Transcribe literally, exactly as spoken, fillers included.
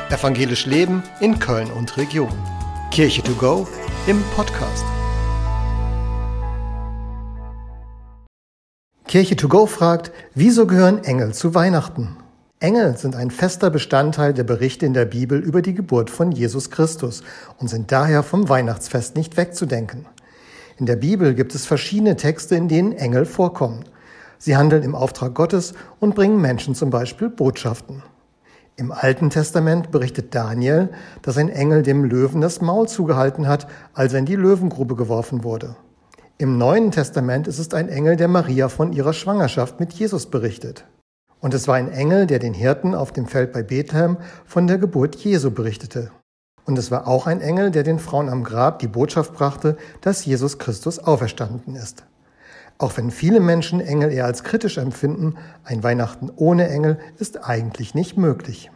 Evangelisch Leben in Köln und Region. Kirche to go im Podcast. Kirche to go fragt, wieso gehören Engel zu Weihnachten? Engel sind ein fester Bestandteil der Berichte in der Bibel über die Geburt von Jesus Christus und sind daher vom Weihnachtsfest nicht wegzudenken. In der Bibel gibt es verschiedene Texte, in denen Engel vorkommen. Sie handeln im Auftrag Gottes und bringen Menschen zum Beispiel Botschaften. Im Alten Testament berichtet Daniel, dass ein Engel dem Löwen das Maul zugehalten hat, als er in die Löwengrube geworfen wurde. Im Neuen Testament ist es ein Engel, der Maria von ihrer Schwangerschaft mit Jesus berichtet. Und es war ein Engel, der den Hirten auf dem Feld bei Bethlehem von der Geburt Jesu berichtete. Und es war auch ein Engel, der den Frauen am Grab die Botschaft brachte, dass Jesus Christus auferstanden ist. Auch wenn viele Menschen Engel eher als kritisch empfinden, ein Weihnachten ohne Engel ist eigentlich nicht möglich.